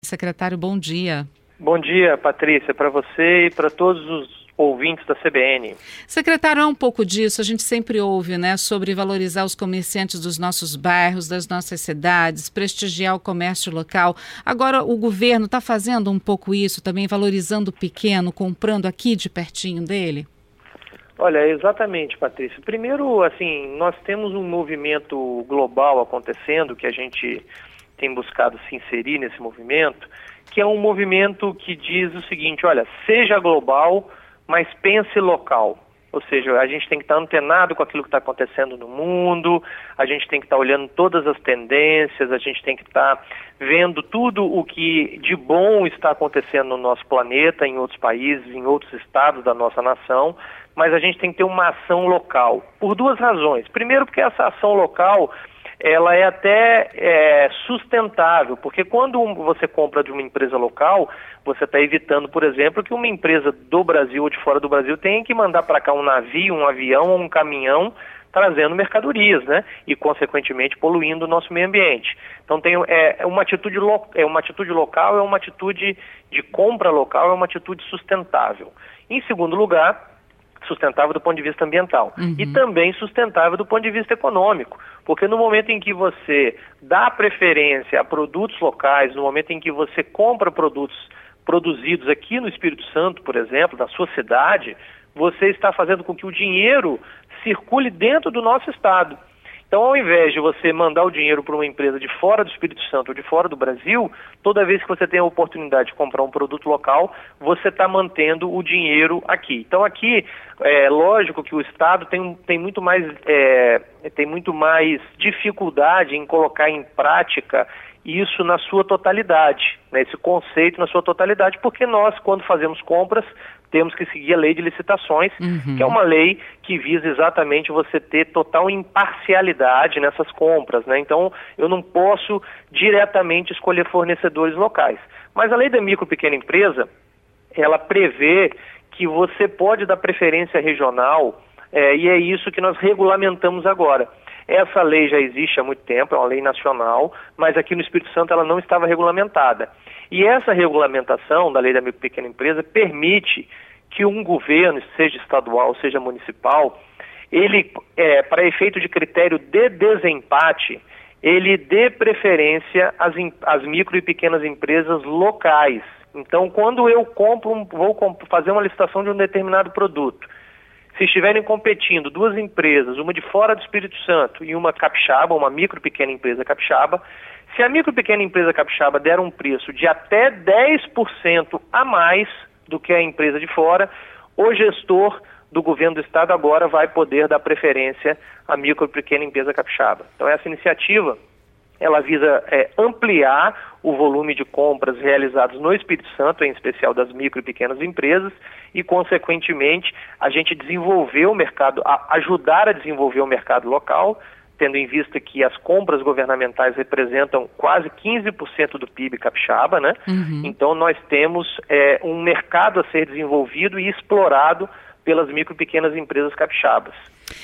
Secretário, bom dia. Bom dia, Patrícia, para você e para todos os ouvintes da CBN. Secretário, é um pouco disso, a gente sempre ouve, sobre valorizar os comerciantes dos nossos bairros, das nossas cidades, prestigiar o comércio local. Agora, o governo está fazendo um pouco isso também, valorizando o pequeno, comprando aqui de pertinho dele? Olha, exatamente, Patrícia. Primeiro, nós temos um movimento global acontecendo, que a gente tem buscado se inserir nesse movimento, que é um movimento que diz o seguinte: olha, seja global, mas pense local. Ou seja, a gente tem que estar antenado com aquilo que está acontecendo no mundo, a gente tem que estar olhando todas as tendências, a gente tem que estar vendo tudo o que de bom está acontecendo no nosso planeta, em outros países, em outros estados da nossa nação, mas a gente tem que ter uma ação local, por duas razões. Primeiro, porque essa ação local ela é até sustentável, porque quando você compra de uma empresa local, você está evitando, por exemplo, que uma empresa do Brasil ou de fora do Brasil tenha que mandar para cá um navio, um avião ou um caminhão trazendo mercadorias, e consequentemente poluindo o nosso meio ambiente. Então uma atitude local, é uma atitude de compra local, é uma atitude sustentável. Em segundo lugar, sustentável do ponto de vista ambiental e também sustentável do ponto de vista econômico, porque no momento em que você dá preferência a produtos locais, no momento em que você compra produtos produzidos aqui no Espírito Santo, por exemplo, da sua cidade, você está fazendo com que o dinheiro circule dentro do nosso estado. Então, ao invés de você mandar o dinheiro para uma empresa de fora do Espírito Santo ou de fora do Brasil, toda vez que você tem a oportunidade de comprar um produto local, você está mantendo o dinheiro aqui. Então, aqui, é lógico que o Estado tem muito mais dificuldade em colocar em prática isso na sua totalidade, esse conceito na sua totalidade, porque nós, quando fazemos compras, temos que seguir a lei de licitações, que é uma lei que visa exatamente você ter total imparcialidade nessas compras, Então, eu não posso diretamente escolher fornecedores locais. Mas a lei da micro e pequena empresa, ela prevê que você pode dar preferência regional, e é isso que nós regulamentamos agora. Essa lei já existe há muito tempo, é uma lei nacional, mas aqui no Espírito Santo ela não estava regulamentada. E essa regulamentação da lei da micro e pequena empresa permite que um governo, seja estadual, seja municipal, ele, para efeito de critério de desempate, ele dê preferência às micro e pequenas empresas locais. Então, quando eu vou fazer uma licitação de um determinado produto, se estiverem competindo duas empresas, uma de fora do Espírito Santo e uma capixaba, uma micro e pequena empresa capixaba, se a micro e pequena empresa capixaba der um preço de até 10% a mais do que a empresa de fora, o gestor do governo do estado agora vai poder dar preferência à micro e pequena empresa capixaba. Então essa iniciativa, ela visa ampliar o volume de compras realizadas no Espírito Santo, em especial das micro e pequenas empresas, e, consequentemente, a gente desenvolver o mercado, ajudar a desenvolver o mercado local, tendo em vista que as compras governamentais representam quase 15% do PIB capixaba, Então, nós temos um mercado a ser desenvolvido e explorado pelas micro e pequenas empresas capixabas.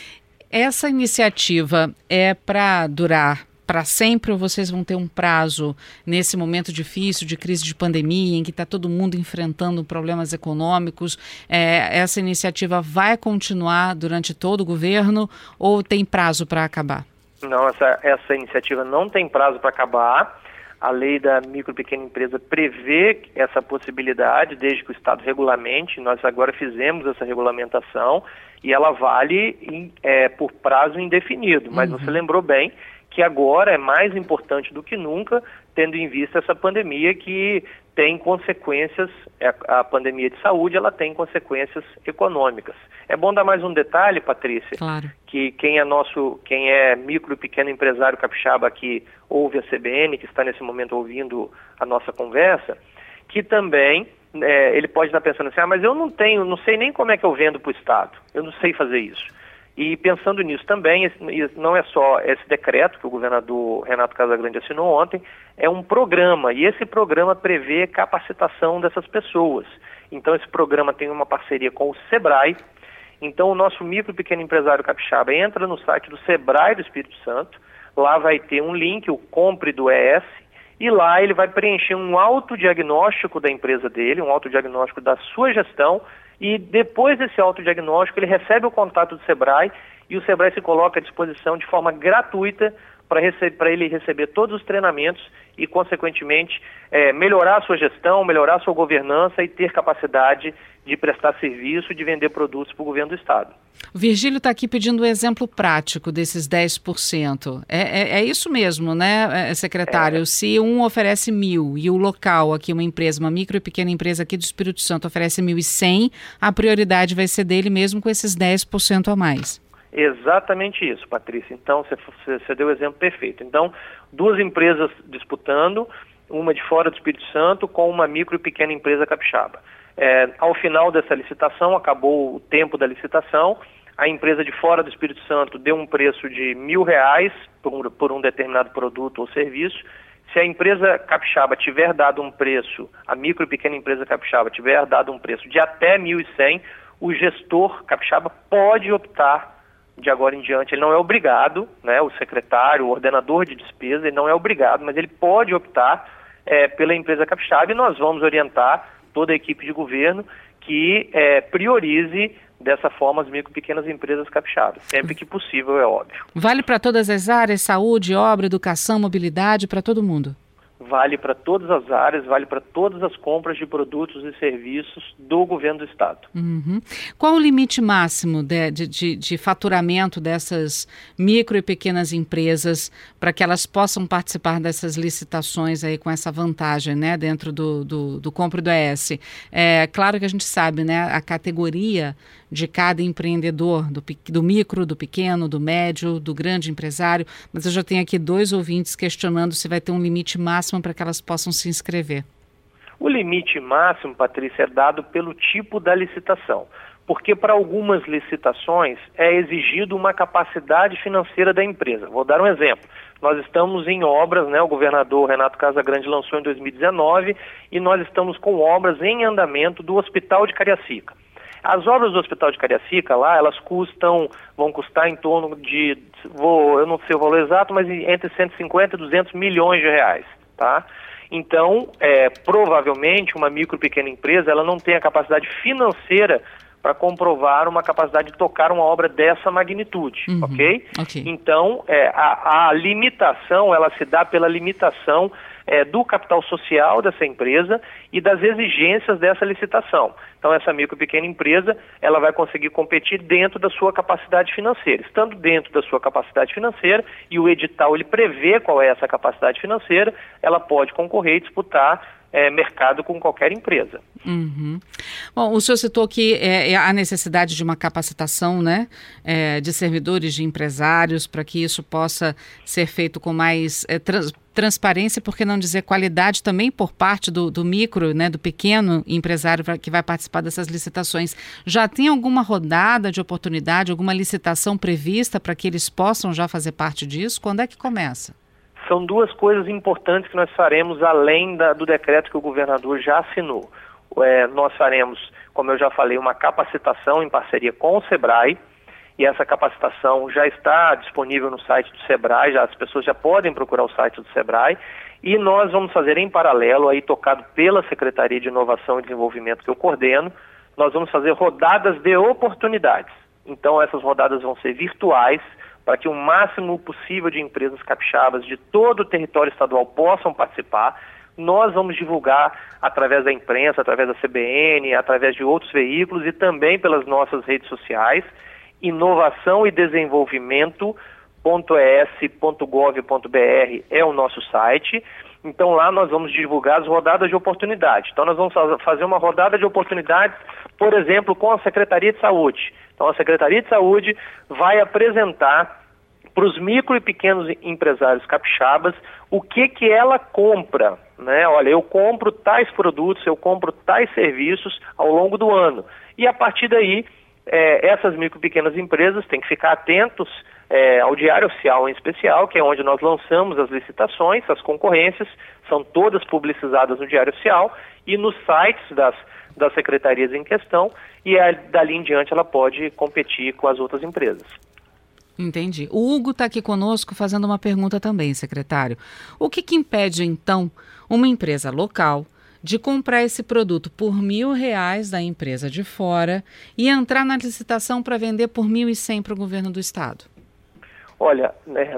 Essa iniciativa é para durar para sempre ou vocês vão ter um prazo nesse momento difícil de crise de pandemia, em que está todo mundo enfrentando problemas econômicos? Essa iniciativa vai continuar durante todo o governo ou tem prazo para acabar? Não, essa iniciativa não tem prazo para acabar. A lei da micro e pequena empresa prevê essa possibilidade desde que o Estado regulamente. Nós agora fizemos essa regulamentação e ela vale por prazo indefinido. Mas você lembrou bem que agora é mais importante do que nunca, tendo em vista essa pandemia que tem consequências, a pandemia de saúde, ela tem consequências econômicas. É bom dar mais um detalhe, Patrícia, claro, que quem é micro e pequeno empresário capixaba que ouve a CBN, que está nesse momento ouvindo a nossa conversa, que também ele pode estar pensando assim, mas eu não sei nem como é que eu vendo para o Estado, eu não sei fazer isso. E pensando nisso também, não é só esse decreto que o governador Renato Casagrande assinou ontem, é um programa, e esse programa prevê capacitação dessas pessoas. Então esse programa tem uma parceria com o SEBRAE. Então o nosso micro e pequeno empresário capixaba entra no site do SEBRAE do Espírito Santo, lá vai ter um link, o Compre do ES, e lá ele vai preencher um autodiagnóstico da empresa dele, um autodiagnóstico da sua gestão, e depois desse autodiagnóstico ele recebe o contato do Sebrae e o Sebrae se coloca à disposição de forma gratuita para ele receber todos os treinamentos e, consequentemente, melhorar a sua gestão, melhorar a sua governança e ter capacidade de prestar serviço e de vender produtos para o governo do Estado. O Virgílio está aqui pedindo um exemplo prático desses 10%. É isso mesmo, né, secretário? Se um oferece 1.000 e o local aqui, uma empresa, uma micro e pequena empresa aqui do Espírito Santo oferece 1.100, a prioridade vai ser dele mesmo com esses 10% a mais. Exatamente isso, Patrícia. Então, você deu o exemplo perfeito. Então, duas empresas disputando, uma de fora do Espírito Santo com uma micro e pequena empresa capixaba. Ao final dessa licitação, acabou o tempo da licitação, a empresa de fora do Espírito Santo deu um preço de R$1.000 por um determinado produto ou serviço. Se a empresa capixaba tiver dado um preço, a micro e pequena empresa capixaba tiver dado um preço de até 1.100, o gestor capixaba pode optar de agora em diante. Ele não é obrigado, né, o secretário, o ordenador de despesa, ele não é obrigado, mas ele pode optar pela empresa capixaba, e nós vamos orientar toda a equipe de governo que priorize dessa forma as micro e pequenas empresas capixabas, sempre que possível, é óbvio. Vale para todas as áreas, saúde, obra, educação, mobilidade, para todo mundo? Vale para todas as áreas, vale para todas as compras de produtos e serviços do governo do Estado. Uhum. Qual o limite máximo de faturamento dessas micro e pequenas empresas para que elas possam participar dessas licitações aí com essa vantagem, né, dentro do Compre do ES? É claro que a gente sabe, né, a categoria de cada empreendedor, do micro, do pequeno, do médio, do grande empresário, mas eu já tenho aqui 2 ouvintes questionando se vai ter um limite máximo para que elas possam se inscrever. O limite máximo, Patrícia, é dado pelo tipo da licitação, porque para algumas licitações é exigido uma capacidade financeira da empresa. Vou dar um exemplo. Nós estamos em obras, né, o governador Renato Casagrande lançou em 2019, e nós estamos com obras em andamento do Hospital de Cariacica. As obras do Hospital de Cariacica lá, elas vão custar em torno de, eu não sei o valor exato, mas entre 150 e 200 milhões de reais, tá? Então, provavelmente, uma micro e pequena empresa, ela não tem a capacidade financeira para comprovar uma capacidade de tocar uma obra dessa magnitude, ok? Então, a limitação, ela se dá pela limitação do capital social dessa empresa e das exigências dessa licitação. Então, essa micro e pequena empresa, ela vai conseguir competir dentro da sua capacidade financeira. Estando dentro da sua capacidade financeira, e o edital ele prevê qual é essa capacidade financeira, ela pode concorrer e disputar mercado com qualquer empresa. Uhum. Bom, o senhor citou que a necessidade de uma capacitação, né, de servidores, de empresários, para que isso possa ser feito com mais transparência, por que não dizer qualidade também por parte do micro, né, do pequeno empresário que vai participar dessas licitações. Já tem alguma rodada de oportunidade, alguma licitação prevista para que eles possam já fazer parte disso? Quando é que começa? São 2 coisas importantes que nós faremos além do decreto que o governador já assinou. Nós faremos, como eu já falei, uma capacitação em parceria com o Sebrae, e essa capacitação já está disponível no site do Sebrae, as pessoas já podem procurar o site do Sebrae, e nós vamos fazer em paralelo, aí tocado pela Secretaria de Inovação e Desenvolvimento que eu coordeno, nós vamos fazer rodadas de oportunidades. Então essas rodadas vão ser virtuais, para que o máximo possível de empresas capixabas de todo o território estadual possam participar. Nós vamos divulgar através da imprensa, através da CBN, através de outros veículos e também pelas nossas redes sociais. Inovação e desenvolvimento.es.gov.br é o nosso site. Então lá nós vamos divulgar as rodadas de oportunidade. Então nós vamos fazer uma rodada de oportunidades, por exemplo, com a Secretaria de Saúde. Então a Secretaria de Saúde vai apresentar para os micro e pequenos empresários capixabas o que ela compra, né? Olha, eu compro tais produtos, eu compro tais serviços ao longo do ano. E a partir daí, essas micro e pequenas empresas têm que ficar atentos ao Diário Oficial em especial, que é onde nós lançamos as licitações, as concorrências, são todas publicizadas no Diário Oficial e nos sites das secretarias em questão, e dali em diante ela pode competir com as outras empresas. Entendi. O Hugo está aqui conosco fazendo uma pergunta também, secretário. O que impede, então, uma empresa local de comprar esse produto por R$1.000 da empresa de fora e entrar na licitação para vender por 1.100 para o governo do estado? Olha,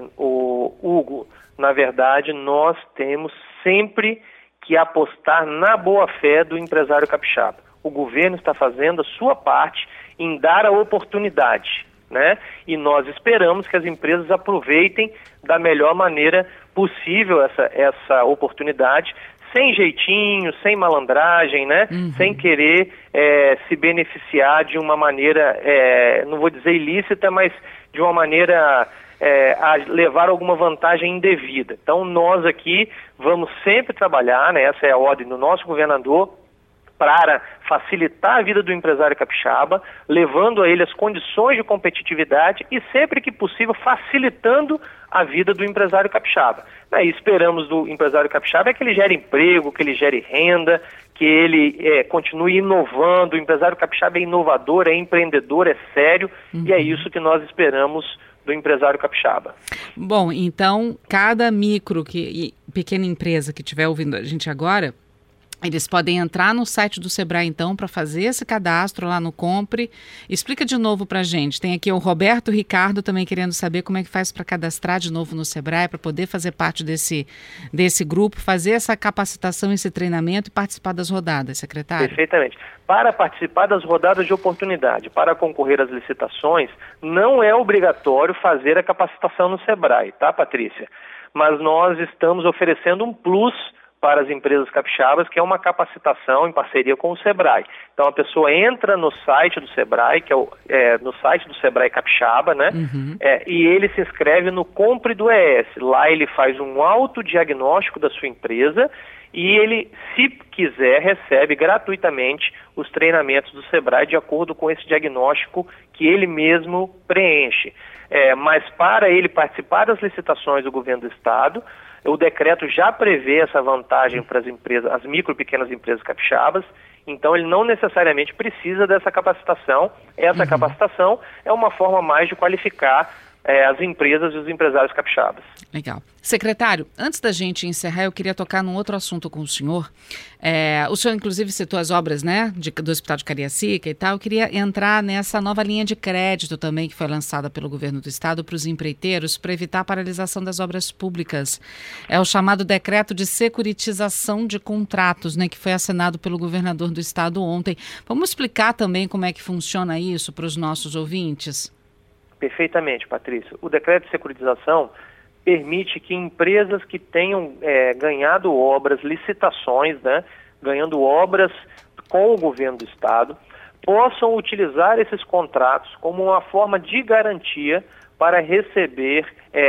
o Hugo, na verdade, nós temos sempre que apostar na boa-fé do empresário capixaba. O governo está fazendo a sua parte em dar a oportunidade, né? E nós esperamos que as empresas aproveitem da melhor maneira possível essa oportunidade, sem jeitinho, sem malandragem, né? Sem querer se beneficiar de uma maneira, não vou dizer ilícita, mas de uma maneira a levar alguma vantagem indevida. Então nós aqui vamos sempre trabalhar, né? Essa é a ordem do nosso governador, para facilitar a vida do empresário capixaba, levando a ele as condições de competitividade e, sempre que possível, facilitando a vida do empresário capixaba. E esperamos do empresário capixaba que ele gere emprego, que ele gere renda, que ele continue inovando. O empresário capixaba é inovador, é empreendedor, é sério, e é isso que nós esperamos do empresário capixaba. Bom, então, cada micro e pequena empresa que estiver ouvindo a gente agora, eles podem entrar no site do Sebrae, então, para fazer esse cadastro lá no Compre. Explica de novo para a gente. Tem aqui o Roberto Ricardo também querendo saber como é que faz para cadastrar de novo no Sebrae, para poder fazer parte desse grupo, fazer essa capacitação, esse treinamento e participar das rodadas, secretário. Perfeitamente. Para participar das rodadas de oportunidade, para concorrer às licitações, não é obrigatório fazer a capacitação no Sebrae, tá, Patrícia? Mas nós estamos oferecendo um plus para as empresas capixabas, que é uma capacitação em parceria com o Sebrae. Então a pessoa entra no site do Sebrae, que no site do Sebrae Capixaba, né? E ele se inscreve no Compre do ES. Lá ele faz um autodiagnóstico da sua empresa e ele, se quiser, recebe gratuitamente os treinamentos do Sebrae de acordo com esse diagnóstico que ele mesmo preenche. Mas para ele participar das licitações do governo do estado, o decreto já prevê essa vantagem para as empresas, as micro e pequenas empresas capixabas, então ele não necessariamente precisa dessa capacitação. Essa capacitação é uma forma mais de qualificar as empresas e os empresários capixabas. Legal. Secretário, antes da gente encerrar, eu queria tocar num outro assunto com o senhor. O senhor, inclusive, citou as obras, né, do Hospital de Cariacica e tal. Eu queria entrar nessa nova linha de crédito também que foi lançada pelo governo do estado para os empreiteiros para evitar a paralisação das obras públicas. É o chamado decreto de securitização de contratos, né, que foi assinado pelo governador do estado ontem. Vamos explicar também como é que funciona isso para os nossos ouvintes? Perfeitamente, Patrícia. O decreto de securitização permite que empresas que tenham ganhado obras, licitações, né, ganhando obras com o governo do estado, possam utilizar esses contratos como uma forma de garantia para receber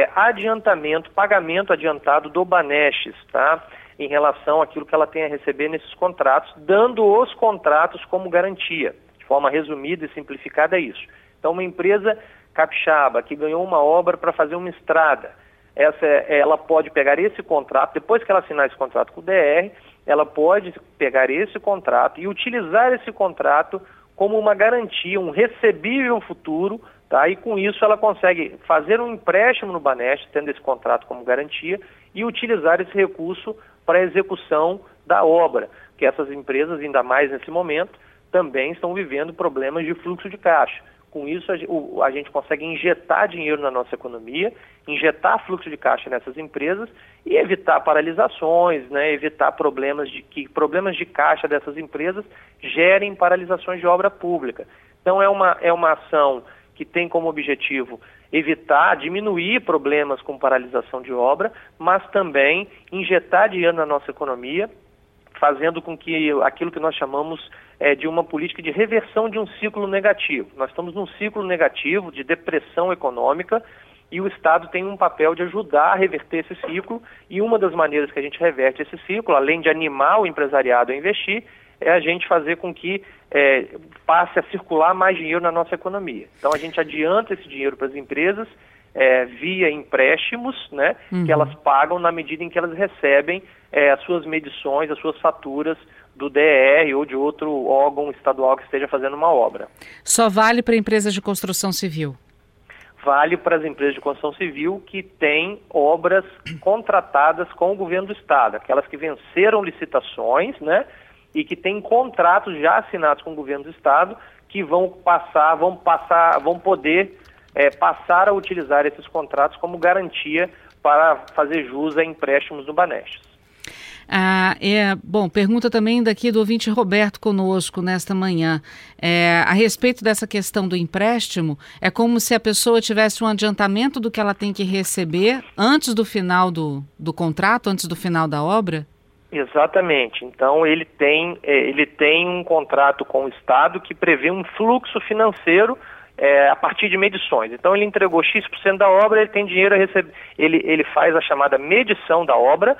pagamento adiantado do Banestes, tá? Em relação àquilo que ela tem a receber nesses contratos, dando os contratos como garantia. De forma resumida e simplificada é isso. Então, uma empresa capixaba que ganhou uma obra para fazer uma estrada, ela pode pegar esse contrato, depois que ela assinar esse contrato com o DR, ela pode pegar esse contrato e utilizar esse contrato como uma garantia, um recebível futuro, tá? E com isso ela consegue fazer um empréstimo no Banestes, tendo esse contrato como garantia, e utilizar esse recurso para a execução da obra, que essas empresas, ainda mais nesse momento, também estão vivendo problemas de fluxo de caixa. Com isso, a gente consegue injetar dinheiro na nossa economia, injetar fluxo de caixa nessas empresas e evitar paralisações, né, evitar problemas de caixa dessas empresas gerem paralisações de obra pública. Então, é uma ação que tem como objetivo diminuir problemas com paralisação de obra, mas também injetar dinheiro na nossa economia, fazendo com que aquilo que nós chamamos de uma política de reversão de um ciclo negativo. Nós estamos num ciclo negativo de depressão econômica e o Estado tem um papel de ajudar a reverter esse ciclo, e uma das maneiras que a gente reverte esse ciclo, além de animar o empresariado a investir, é a gente fazer com que passe a circular mais dinheiro na nossa economia. Então a gente adianta esse dinheiro para as empresas via empréstimos, né, que elas pagam na medida em que elas recebem as suas medições, as suas faturas do DR ou de outro órgão estadual que esteja fazendo uma obra. Só vale para empresas de construção civil? vale para as empresas de construção civil que têm obras contratadas com o governo do estado, aquelas que venceram licitações, né, e que têm contratos já assinados com o governo do estado, que vão poder passar a utilizar esses contratos como garantia para fazer jus a empréstimos do Banestes. Bom, pergunta também daqui do ouvinte Roberto conosco nesta manhã. A respeito dessa questão do empréstimo, é como se a pessoa tivesse um adiantamento do que ela tem que receber antes do final do contrato, antes do final da obra? Exatamente. Então ele tem um contrato com o Estado que prevê um fluxo financeiro a partir de medições. Então ele entregou X% da obra, ele tem dinheiro a receber, ele faz a chamada medição da obra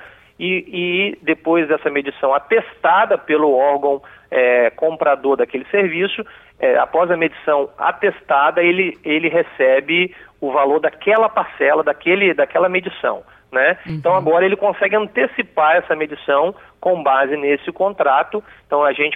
e depois dessa medição atestada pelo órgão comprador daquele serviço, após a medição atestada, ele recebe o valor daquela parcela, daquela medição, né? Uhum. Então agora ele consegue antecipar essa medição com base nesse contrato. Então ele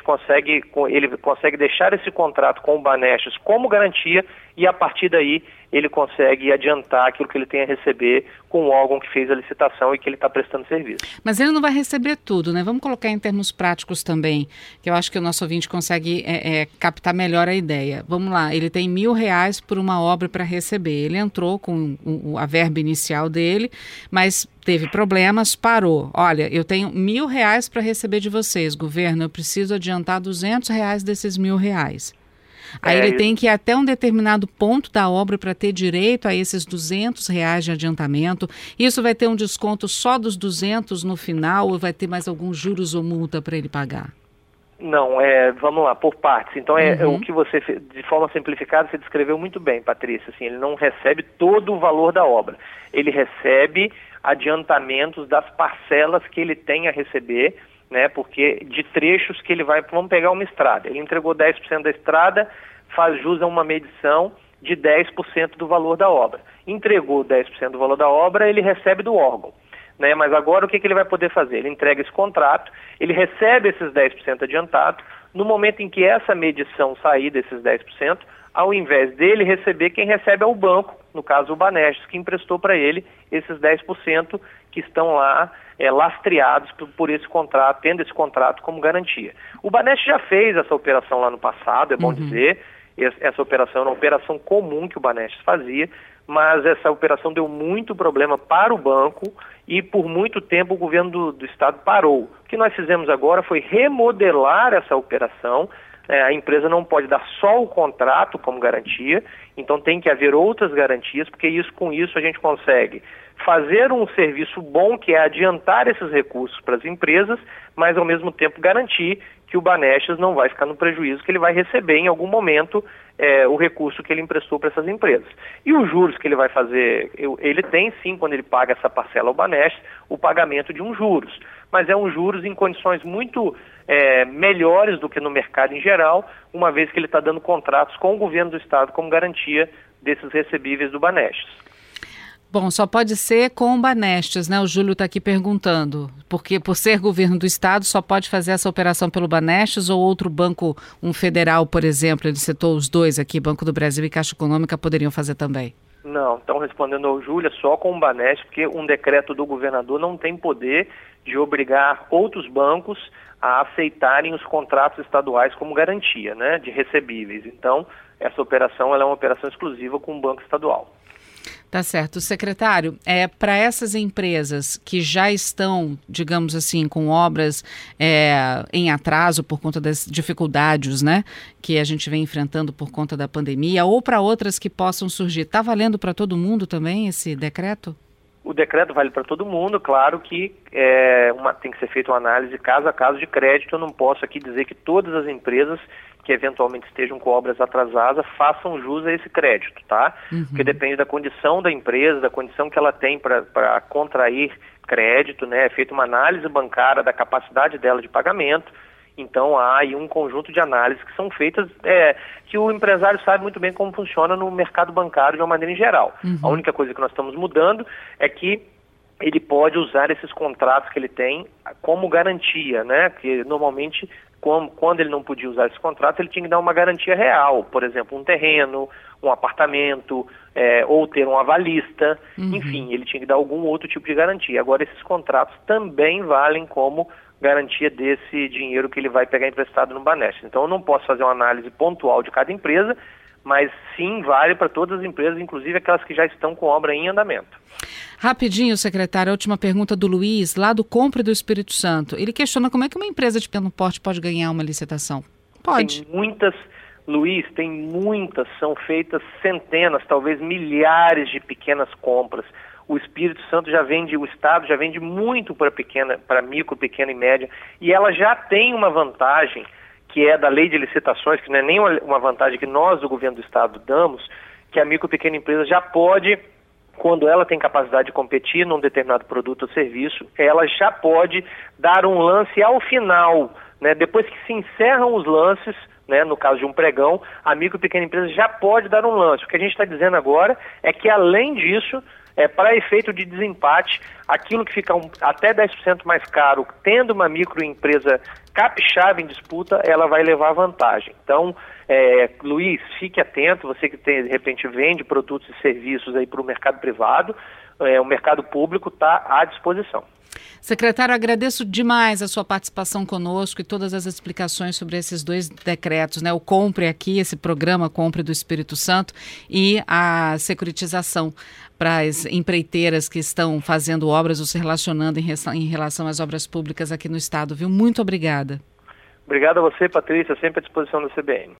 consegue deixar esse contrato com o Banestes como garantia e a partir daí ele consegue adiantar aquilo que ele tem a receber com o órgão que fez a licitação e que ele está prestando serviço. Mas ele não vai receber tudo, né? Vamos colocar em termos práticos também, que eu acho que o nosso ouvinte consegue captar melhor a ideia. Vamos lá, ele tem R$1.000 por uma obra para receber. Ele entrou com a verba inicial dele, mas teve problemas, parou. Olha, eu tenho R$1.000 para receber de vocês, governo, eu preciso adiantar R$200 desses R$1.000. Aí ele tem que ir até um determinado ponto da obra para ter direito a esses R$200 de adiantamento. Isso vai ter um desconto só dos 200 no final ou vai ter mais alguns juros ou multa para ele pagar? Não, vamos lá, por partes. Então o que você, de forma simplificada, você descreveu muito bem, Patrícia. Assim, ele não recebe todo o valor da obra. Ele recebe adiantamentos das parcelas que ele tem a receber, né, porque de trechos que ele vai... Vamos pegar uma estrada. Ele entregou 10% da estrada, faz jus a uma medição de 10% do valor da obra. Entregou 10% do valor da obra, ele recebe do órgão, né? Mas agora o que ele vai poder fazer? Ele entrega esse contrato, ele recebe esses 10% adiantado. No momento em que essa medição sair desses 10%, ao invés dele receber, quem recebe é o banco, no caso o Banestes, que emprestou para ele esses 10% que estão lá lastreados por esse contrato, tendo esse contrato como garantia. O Banestes já fez essa operação lá no passado, é bom dizer. Essa operação era uma operação comum que o Banestes fazia, mas essa operação deu muito problema para o banco e por muito tempo o governo do estado parou. O que nós fizemos agora foi remodelar essa operação. A empresa não pode dar só o contrato como garantia, então tem que haver outras garantias, porque com isso a gente consegue fazer um serviço bom, que é adiantar esses recursos para as empresas, mas ao mesmo tempo garantir que o Banestes não vai ficar no prejuízo, que ele vai receber em algum momento o recurso que ele emprestou para essas empresas. E os juros que ele vai fazer, ele tem sim, quando ele paga essa parcela ao Banestes, o pagamento de uns juros, mas é um juros em condições muito melhores do que no mercado em geral, uma vez que ele está dando contratos com o governo do estado como garantia desses recebíveis do Banestes. Bom, só pode ser com o Banestes, né? O Júlio está aqui perguntando, porque por ser governo do estado só pode fazer essa operação pelo Banestes ou outro banco, um federal, por exemplo, ele citou os dois aqui, Banco do Brasil e Caixa Econômica, poderiam fazer também? Não, então respondendo ao Júlio, é só com o Banestes, porque um decreto do governador não tem poder de obrigar outros bancos a aceitarem os contratos estaduais como garantia, né, de recebíveis. Então, essa operação ela é uma operação exclusiva com o Banco Estadual. Tá certo. Secretário, para essas empresas que já estão, digamos assim, com obras em atraso por conta das dificuldades, né, que a gente vem enfrentando por conta da pandemia, ou para outras que possam surgir, está valendo para todo mundo também esse decreto? O decreto vale para todo mundo, claro que tem que ser feita uma análise caso a caso de crédito. Eu não posso aqui dizer que todas as empresas que eventualmente estejam com obras atrasadas façam jus a esse crédito, tá? Porque depende da condição da empresa, da condição que ela tem para contrair crédito, né? É feita uma análise bancária da capacidade dela de pagamento. Então há aí um conjunto de análises que são feitas, que o empresário sabe muito bem como funciona no mercado bancário de uma maneira em geral. A única coisa que nós estamos mudando é que ele pode usar esses contratos que ele tem como garantia, né? Que normalmente, quando ele não podia usar esse contrato, ele tinha que dar uma garantia real, por exemplo, um terreno, um apartamento, ou ter um avalista, enfim, ele tinha que dar algum outro tipo de garantia. Agora, esses contratos também valem como garantia desse dinheiro que ele vai pegar emprestado no Banesp. Então, eu não posso fazer uma análise pontual de cada empresa, mas sim vale para todas as empresas, inclusive aquelas que já estão com obra em andamento. Rapidinho, secretário, a última pergunta do Luiz, lá do Compre do Espírito Santo. Ele questiona como é que uma empresa de pequeno porte pode ganhar uma licitação. Pode. Tem muitas, Luiz, são feitas centenas, talvez milhares de pequenas compras. O Espírito Santo o Estado já vende muito para micro, pequena e média, e ela já tem uma vantagem, que é da lei de licitações, que não é nem uma vantagem que nós do governo do Estado damos, que a micro e pequena empresa já pode, quando ela tem capacidade de competir num determinado produto ou serviço, ela já pode dar um lance ao final, né? Depois que se encerram os lances, né, no caso de um pregão, a micro e pequena empresa já pode dar um lance. O que a gente está dizendo agora é que, além disso, para efeito de desempate, aquilo que fica até 10% mais caro, tendo uma microempresa capixaba em disputa, ela vai levar vantagem. Então, Luiz, fique atento, você que de repente vende produtos e serviços aí para o mercado privado, o mercado público está à disposição. Secretário, agradeço demais a sua participação conosco e todas as explicações sobre esses dois decretos, né? O Compre aqui, esse programa Compre do Espírito Santo, e a securitização para as empreiteiras que estão fazendo obras ou se relacionando em relação às obras públicas aqui no estado, viu? Muito obrigada. Obrigado a você, Patrícia, sempre à disposição da CBN.